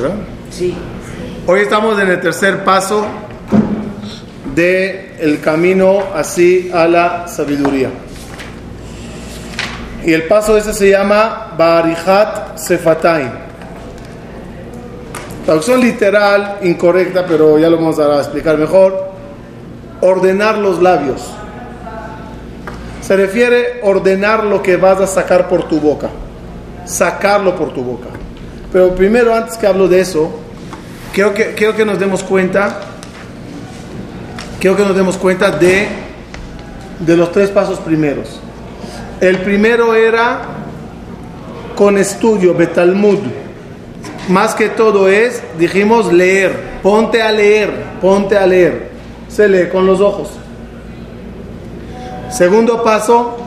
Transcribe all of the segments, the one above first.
¿verdad? Sí. Hoy estamos en el tercer paso del camino así a la sabiduría. Y el paso ese se llama Ba'arichat Sefatayim. Traducción literal, incorrecta, pero ya lo vamos a explicar mejor. Ordenar los labios. Se refiere a ordenar lo que vas a sacar por tu boca. Sacarlo por tu boca. Pero primero, antes que hablo de eso, quiero que nos demos cuenta. Quiero que nos demos cuenta de los tres pasos primeros. El primero era con estudio, betalmud. Más que todo es, dijimos, leer. Ponte a leer, ponte a leer. Se lee con los ojos. Segundo paso,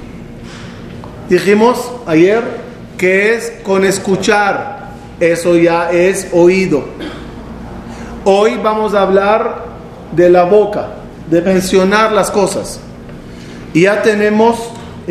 dijimos ayer, que es con escuchar. Eso ya es oído. Hoy vamos a hablar de la boca, de mencionar las cosas. Y ya tendremos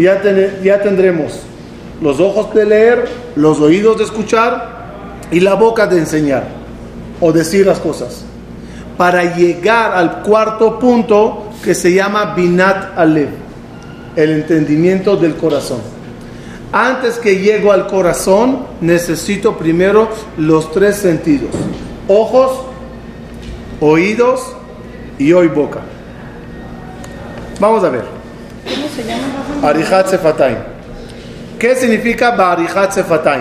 los ojos de leer, los oídos de escuchar y la boca de enseñar o decir las cosas, para llegar al cuarto punto que se llama Binat Alev, el entendimiento del corazón. Antes que llego al corazón, necesito primero los tres sentidos: ojos, oídos y hoy boca. Vamos a ver. ¿Cómo se llama? Ba'arichat Sefatayim. ¿Qué significa Ba'arichat Sefatayim?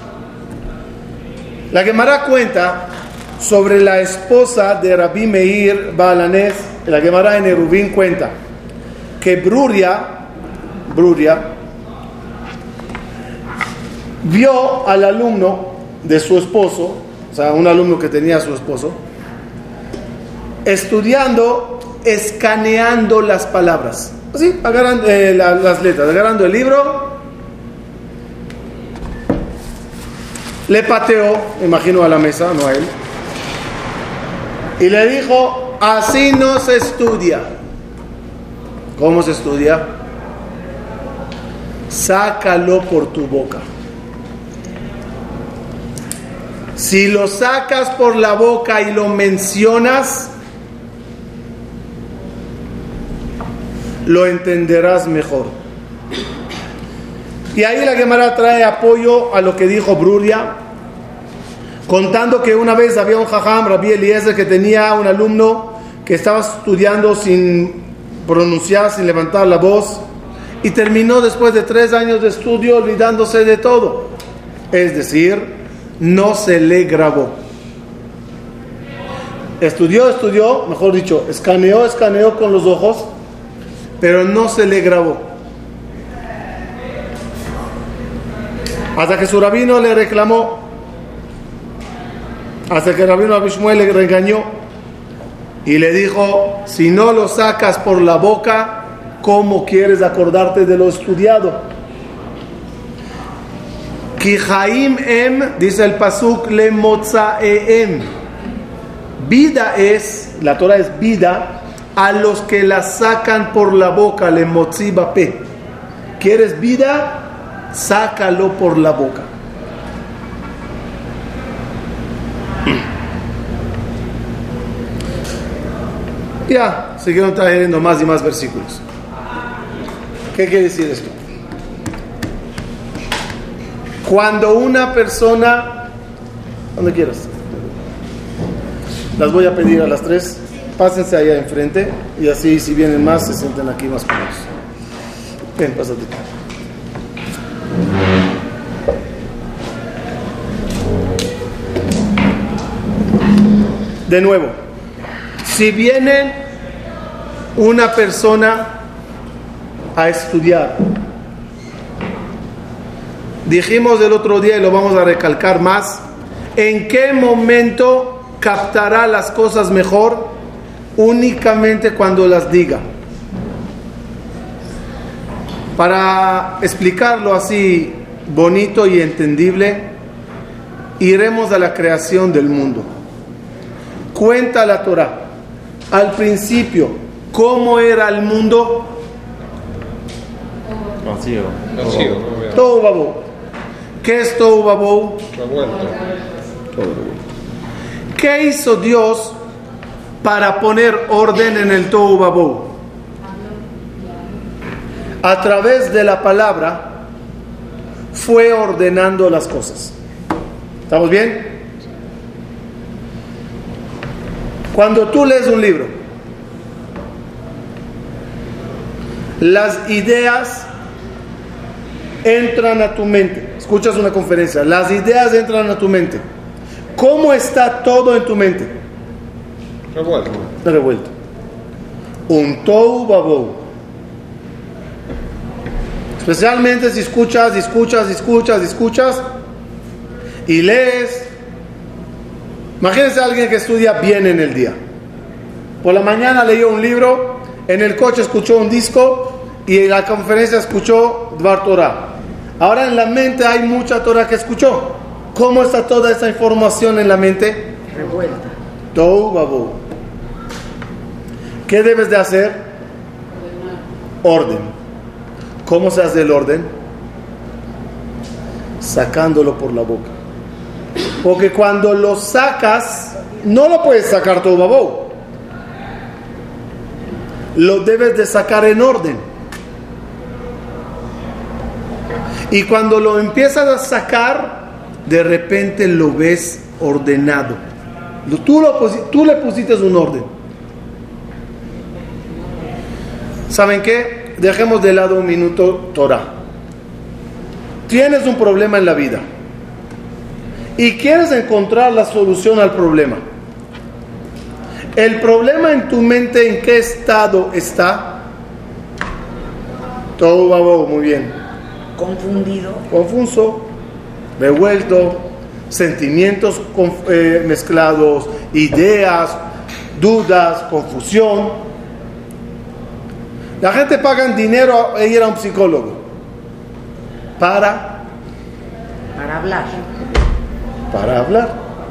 La Gemara cuenta sobre la esposa de Rabbi Meir Baal Haness. La Gemara en Eruvin cuenta que Bruria vio al alumno de su esposo, o sea, un alumno que tenía a su esposo, estudiando, escaneando las palabras. Así, agarrando las letras, agarrando el libro, le pateó, imagino, a la mesa, no a él, y le dijo: así no se estudia. ¿Cómo se estudia? Sácalo por tu boca. Si lo sacas por la boca y lo mencionas, lo entenderás mejor. Y ahí la Gemara trae apoyo a lo que dijo Bruria, contando que una vez había un jajam, Rabbi Eliezer, que tenía un alumno que estaba estudiando sin pronunciar, sin levantar la voz, y terminó después de 3 años de estudio olvidándose de todo. Es decir, no se le grabó. Estudió, mejor dicho, escaneó con los ojos, pero no se le grabó. Hasta que su rabino le reclamó, hasta que el rabino Abishmuel le regañó y le dijo: si no lo sacas por la boca, ¿cómo quieres acordarte de lo estudiado? Ki Haim dice el pasuk, le motzaeem. Vida es, la Torah es vida a los que la sacan por la boca, le motzi bape. ¿Quieres vida? Sácalo por la boca. Ya, siguieron trayendo más y más versículos. ¿Qué quiere decir esto? Cuando una persona, donde quieras, las voy a pedir a las 3, pásense allá enfrente y así, si vienen más, se sienten aquí más cómodos. Ven, pásate. De nuevo, si viene una persona a estudiar, dijimos el otro día y lo vamos a recalcar más, ¿en qué momento captará las cosas mejor? Únicamente cuando las diga. Para explicarlo así bonito y entendible, iremos a la creación del mundo. Cuenta la Torah, al principio, ¿cómo era el mundo? Vacío. Tohu Babou. ¿Qué es Tohu Babou? Todo revuelto. ¿Qué hizo Dios para poner orden en el Tohu Vabohu? A través de la palabra fue ordenando las cosas. ¿Estamos bien? Cuando tú lees un libro, las ideas entran a tu mente. Escuchas una conferencia, las ideas entran a tu mente. ¿Cómo está todo en tu mente? Revuelto. Un tohu vabohu. Especialmente si escuchas y lees. Imagínense a alguien que estudia bien en el día. Por la mañana leyó un libro, en el coche escuchó un disco y en la conferencia escuchó Dvar Torah. Ahora en la mente hay mucha Torah que escuchó. ¿Cómo está toda esa información en la mente? Revuelta. Tohu vabohu. ¿Qué debes de hacer? Orden. ¿Cómo se hace el orden? Sacándolo por la boca. Porque cuando lo sacas, no lo puedes sacar tohu vabohu. Lo debes de sacar en orden. Y cuando lo empiezas a sacar, de repente lo ves ordenado. Tú le pusiste un orden. ¿Saben qué? Dejemos de lado un minuto Torah. Tienes un problema en la vida y quieres encontrar la solución al problema. ¿El problema en tu mente en qué estado está? Tohu vabohu, muy bien. Confundido. Confuso, revuelto, sentimientos mezclados, ideas, dudas, confusión. La gente paga dinero a ir a un psicólogo para hablar.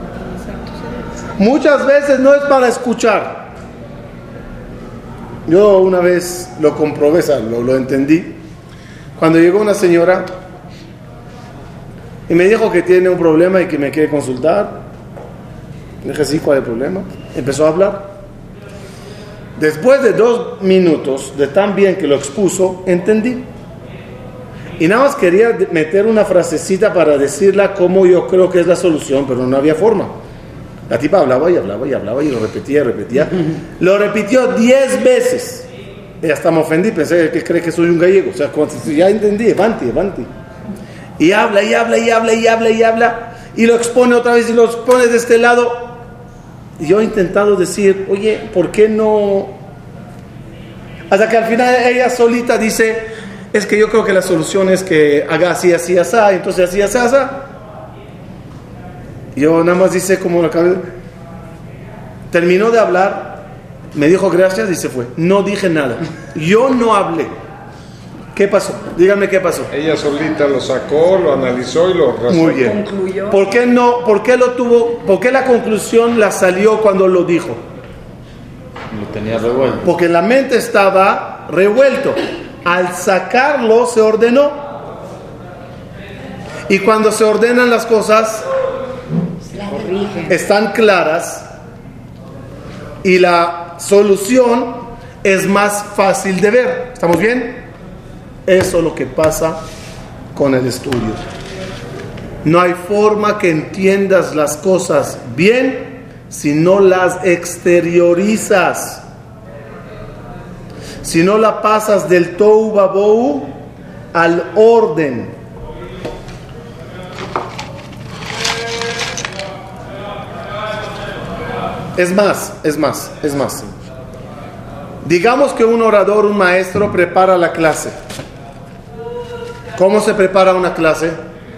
Muchas veces no es para escuchar. Yo una vez lo comprobé, lo entendí. Cuando llegó una señora y me dijo que tiene un problema y que me quiere consultar, le dije, sí, ¿cuál es el problema? Empezó a hablar. Después de 2 minutos de tan bien que lo expuso, entendí. Y nada más quería meter una frasecita para decirle cómo yo creo que es la solución, pero no había forma. La tipa hablaba y lo repetía. Lo repitió 10 veces. Y hasta me ofendí, pensé que cree que soy un gallego. O sea, ya entendí, avanti. Y habla. Y lo expone otra vez y lo expone de este lado. Y yo he intentado decir, oye, ¿por qué no? Hasta que al final ella solita dice, es que yo creo que la solución es que haga así, entonces así. Y yo nada más dice como la cabeza. Terminó de hablar, me dijo gracias y se fue. No dije nada. Yo no hablé. ¿Qué pasó? Díganme qué pasó. Ella solita lo sacó, lo analizó y lo razonó. Muy bien. Concluyó. ¿Por qué no? ¿Por qué lo tuvo? ¿Por qué la conclusión la salió cuando lo dijo? Lo tenía revuelto. Porque la mente estaba revuelto. Al sacarlo se ordenó. Y cuando se ordenan las cosas, están claras y la solución es más fácil de ver. ¿Estamos bien? Eso es lo que pasa con el estudio. No hay forma que entiendas las cosas bien si no las exteriorizas. Si no la pasas del tohu vabohu al orden. Es más. Digamos que un orador, un maestro prepara la clase. ¿Cómo se prepara una clase?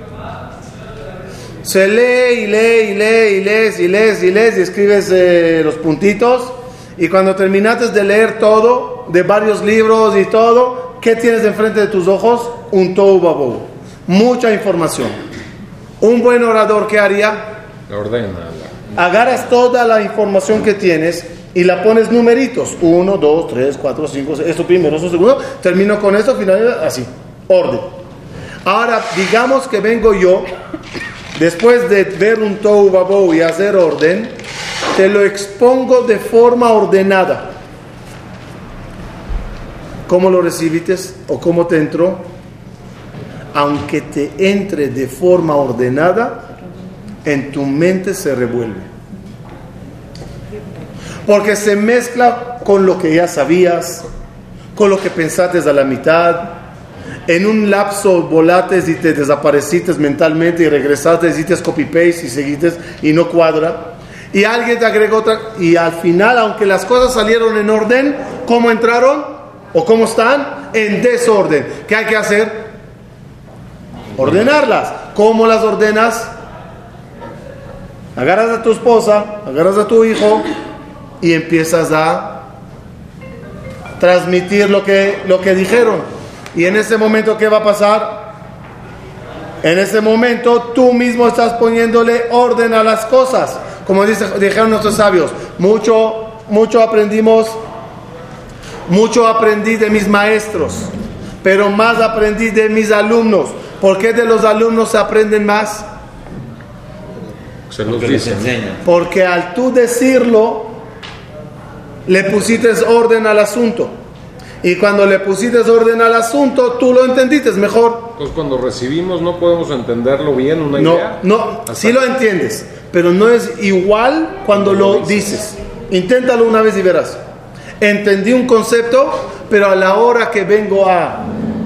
Se lee y lees y escribes los puntitos, y cuando terminaste de leer todo, de varios libros y todo, ¿qué tienes enfrente de tus ojos? Un tohu vabohu, mucha información. Un buen orador, ¿qué haría? La ordena. Agarras toda la información que tienes y la pones numeritos, 1, 2, 3, 4, 5, 6, esto primero, esto segundo, termino con esto, final, así, orden. Ahora, digamos que vengo yo después de ver un tohu vabohu y hacer orden, te lo expongo de forma ordenada. ¿Cómo lo recibiste o cómo te entró? Aunque te entre de forma ordenada, en tu mente se revuelve. Porque se mezcla con lo que ya sabías, con lo que pensaste a la mitad. En un lapso volates y te desapareciste mentalmente y regresaste, hiciste copy-paste y seguiste y no cuadra. Y alguien te agregó otra. Y al final, aunque las cosas salieron en orden, ¿cómo entraron? ¿O cómo están? En desorden. ¿Qué hay que hacer? Ordenarlas. ¿Cómo las ordenas? Agarras a tu esposa, agarras a tu hijo y empiezas a transmitir lo que dijeron. Y en ese momento, ¿qué va a pasar? En ese momento tú mismo estás poniéndole orden a las cosas. Como dijeron nuestros sabios, mucho aprendí de mis maestros, pero más aprendí de mis alumnos. ¿Por qué de los alumnos se aprenden más? Se los dice. Porque al tú decirlo, le pusiste orden al asunto. Y cuando le pusiste orden al asunto, tú lo entendiste mejor. Entonces, cuando recibimos, no podemos entenderlo bien, una idea. No, sí lo entiendes, pero no es igual cuando lo dices. Inténtalo una vez y verás. Entendí un concepto, pero a la hora que vengo a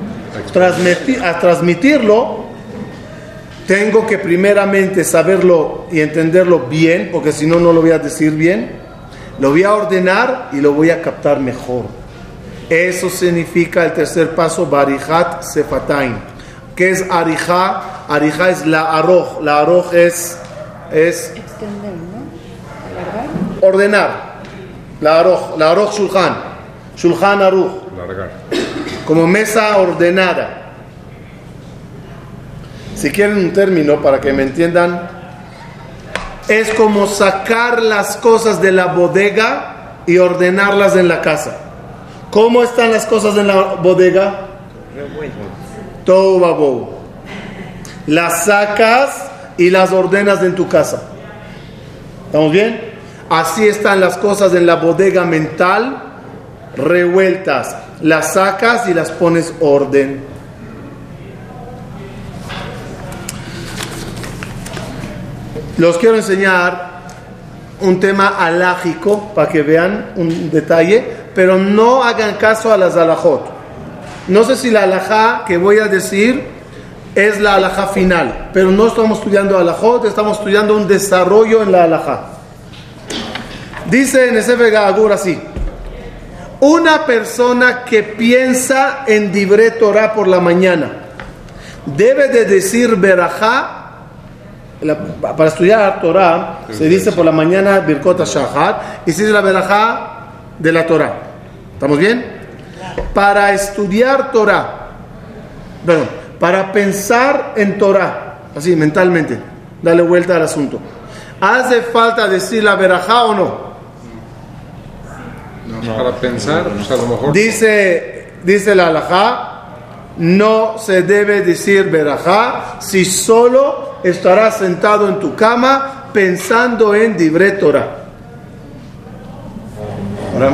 transmitirlo, tengo que primeramente saberlo y entenderlo bien, porque si no, no lo voy a decir bien. Lo voy a ordenar y lo voy a captar mejor. Eso significa el tercer paso, Barihat Sefatain. ¿Qué es Arijá? Arijá es la aroj. La aroj es extender, ¿no? Alargar. Ordenar. La aroj shulchan. Shulchan aruj. Largar. Como mesa ordenada. Si quieren un término para que me entiendan, es como sacar las cosas de la bodega y ordenarlas en la casa. ¿Cómo están las cosas en la bodega? Tohu vabohu. Las sacas y las ordenas en tu casa. ¿Estamos bien? Así están las cosas en la bodega mental, revueltas. Las sacas y las pones orden. Los quiero enseñar un tema alágico para que vean un detalle, pero no hagan caso a las alajot. No sé si la alajá que voy a decir es la alajá final, pero no estamos estudiando alajot, estamos estudiando un desarrollo en la alajá. Dice en ese Agur así: una persona que piensa en Divrei Torah por la mañana debe de decir berajá. Para estudiar Torah se dice por la mañana Birkot HaShachar y se dice la berajá de la Torah. ¿Estamos bien? Para estudiar Torah, perdón, para pensar en Torah, así mentalmente, dale vuelta al asunto. ¿Hace falta decir la berajá o no? No. Para pensar, pues a lo mejor. Dice la halajá, no se debe decir berajá si solo estarás sentado en tu cama pensando en Divrei Torah. Ahora,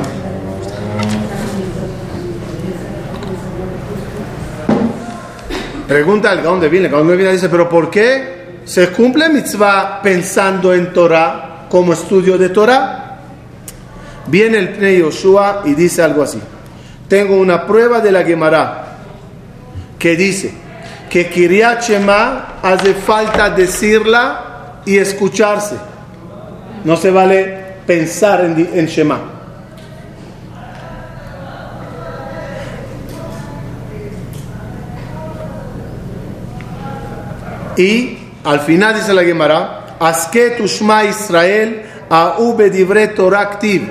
pregunta al Gaón de Vilna. El Gaón de Vilna dice, ¿pero por qué se cumple mitzvah pensando en Torah como estudio de Torah? Viene el Pnei Yoshua y dice algo así. Tengo una prueba de la Gemara que dice que Kiryat Shema hace falta decirla y escucharse. No se vale pensar en Shema. Y al final dice la Gemara, Asket Ushma Israel A'u Bedivrei Torah Aktiv.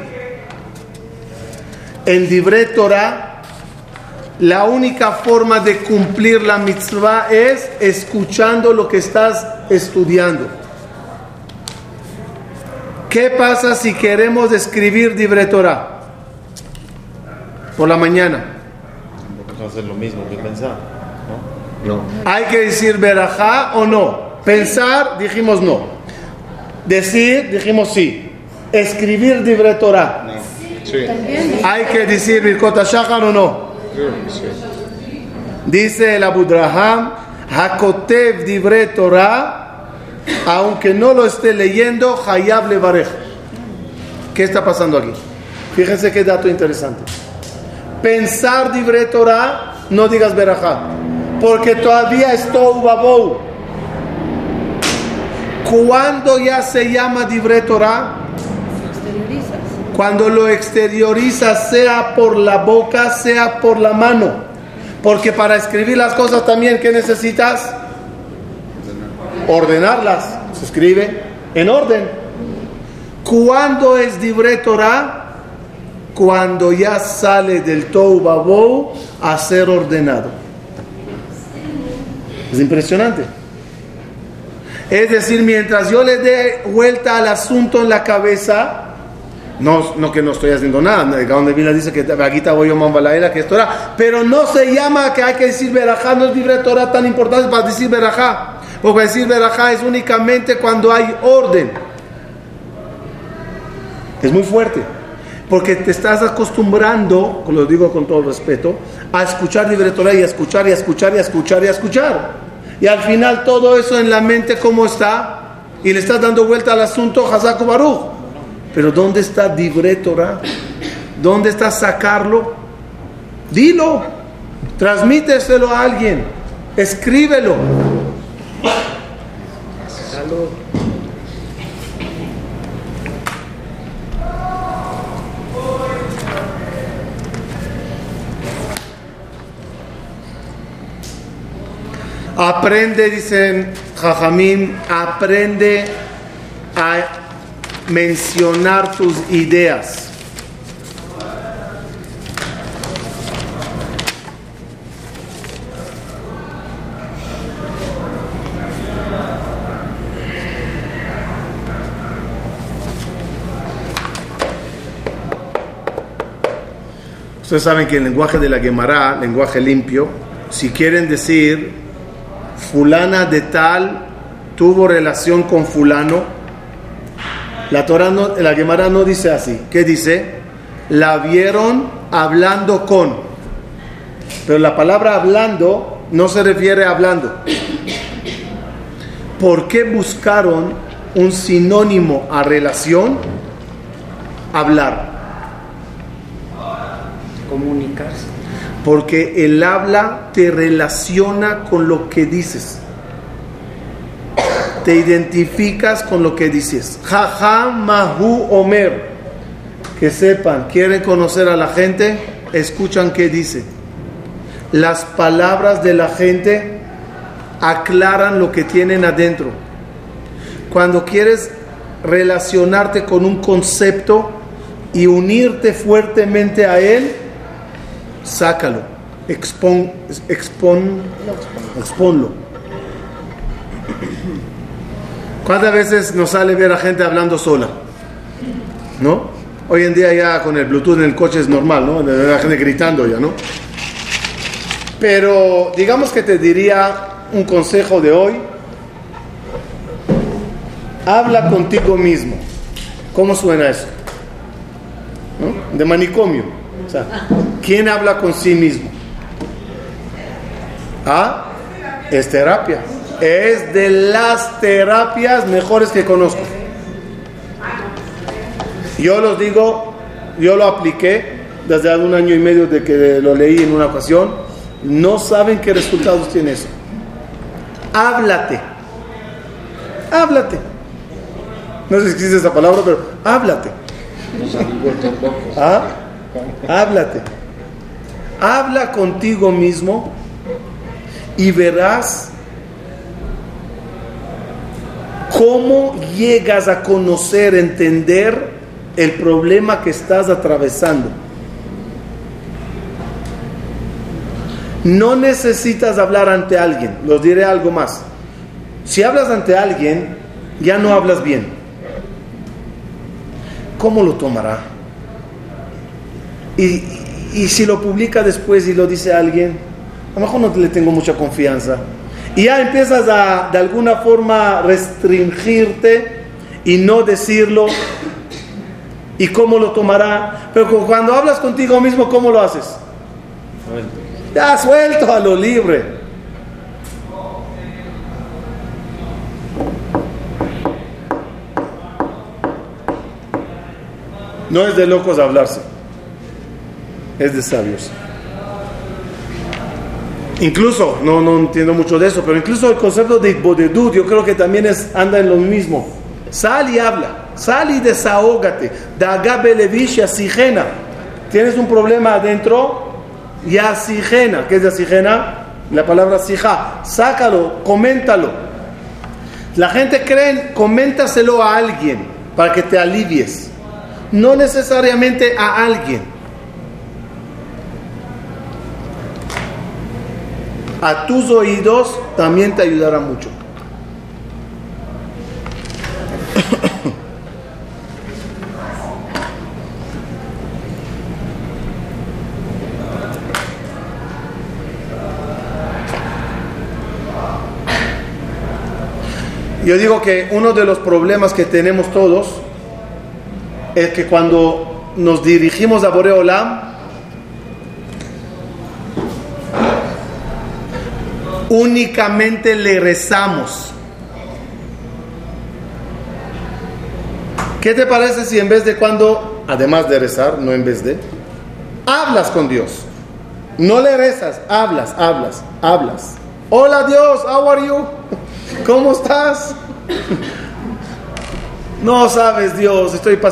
En Divrei Torah, la única forma de cumplir la mitzvah es escuchando lo que estás estudiando. ¿Qué pasa si queremos escribir Divrei Torah por la mañana? No hacer lo mismo que pensar, ¿no? No. ¿Hay que decir berajá o no? Pensar, dijimos no. Decir, dijimos sí. Escribir Divrei Torah. Sí. ¿Hay que decir Birkot HaShachar o no? Sí. Dice el Abu Draham, Hakotev Divrei Torah, aunque no lo esté leyendo, Hayab Levarej. ¿Qué está pasando aquí? Fíjense qué dato interesante. Pensar Divrei Torah, no digas Berajá, porque todavía es Tohu Vabou. ¿Cuándo ya se llama Divrei Torah? Cuando lo exteriorizas, sea por la boca, sea por la mano. Porque para escribir las cosas también, ¿qué necesitas? Ordenarlas. Se escribe en orden. ¿Cuándo es Divrei Torah? Cuando ya sale del Tohu Vabou a ser ordenado. Es impresionante. Es decir, mientras yo le dé vuelta al asunto en la cabeza, no que no estoy haciendo nada. El Gaon de Vilna dice que Bagita voy yo Mambalaela, que es Torah, pero no se llama que hay que decir Berajá, no es Divrei Torah tan importante para decir Berajá, porque decir Berajá es únicamente cuando hay orden. Es muy fuerte, porque te estás acostumbrando, lo digo con todo respeto, a escuchar Divrei Torah y a escuchar y a escuchar y a escuchar y a escuchar. Y al final todo eso en la mente, ¿cómo está? Y le estás dando vuelta al asunto, Hazak Baruch. Pero ¿dónde está Divrei Torah? ¿Dónde está sacarlo? Dilo, transmíteselo a alguien, escríbelo. Salud. Aprende, dicen Jajamim, aprende a mencionar tus ideas. Ustedes saben que el lenguaje de la Gemara, lenguaje limpio, si quieren decir fulana de tal tuvo relación con fulano, la Torah no, la Gemara no dice así. ¿Qué dice? La vieron hablando con. Pero la palabra hablando no se refiere a hablando. ¿Por qué buscaron un sinónimo a relación? Hablar. Comunicarse. Porque el habla te relaciona con lo que dices. Te identificas con lo que dices. Jaja Mahu Omer. Que sepan, quieren conocer a la gente, escuchan qué dice. Las palabras de la gente aclaran lo que tienen adentro. Cuando quieres relacionarte con un concepto y unirte fuertemente a él, sácalo, exponlo. ¿Cuántas veces nos sale ver a gente hablando sola? ¿No? Hoy en día ya con el Bluetooth en el coche es normal, ¿no? La gente gritando ya, ¿no? Pero digamos que te diría un consejo de hoy. Habla contigo mismo. ¿Cómo suena eso? ¿No? De manicomio. O sea, ¿quién habla con sí mismo? ¿Ah? Es terapia. Es de las terapias mejores que conozco. Yo los digo, yo lo apliqué desde hace 1 año y medio de que lo leí en una ocasión. No saben qué resultados tiene eso. Háblate. Háblate. No sé si existe esa palabra, pero háblate. ¿Ah? Háblate. Habla contigo mismo y verás cómo llegas a conocer, entender el problema que estás atravesando. No necesitas hablar ante alguien. Les diré algo más. Si hablas ante alguien, ya no hablas bien. ¿Cómo lo tomará? Y si lo publica después y lo dice a alguien, a lo mejor no le tengo mucha confianza. y ya empiezas a de alguna forma restringirte y no decirlo, y cómo lo tomará. Pero cuando hablas contigo mismo, ¿cómo lo haces? Ya suelto a lo libre. No es de locos hablarse, es de sabios. Incluso, no entiendo mucho de eso, pero incluso el concepto de Bodedut, yo creo que también anda en lo mismo. Sal y habla, sal y desahógate. Dagabe levish yasigena. Tienes un problema adentro, yasigena. ¿Qué es yasigena? La palabra sija. Sácalo, coméntalo. La gente cree, coméntaselo a alguien para que te alivies. No necesariamente a alguien. A tus oídos también te ayudará mucho. Yo digo que uno de los problemas que tenemos todos es que cuando nos dirigimos a Boré Olam, únicamente le rezamos. ¿Qué te parece si en vez de cuando, además de rezar, no en vez de, hablas con Dios? No le rezas, hablas. Hola Dios, how are you? ¿Cómo estás? No sabes, Dios, estoy pasando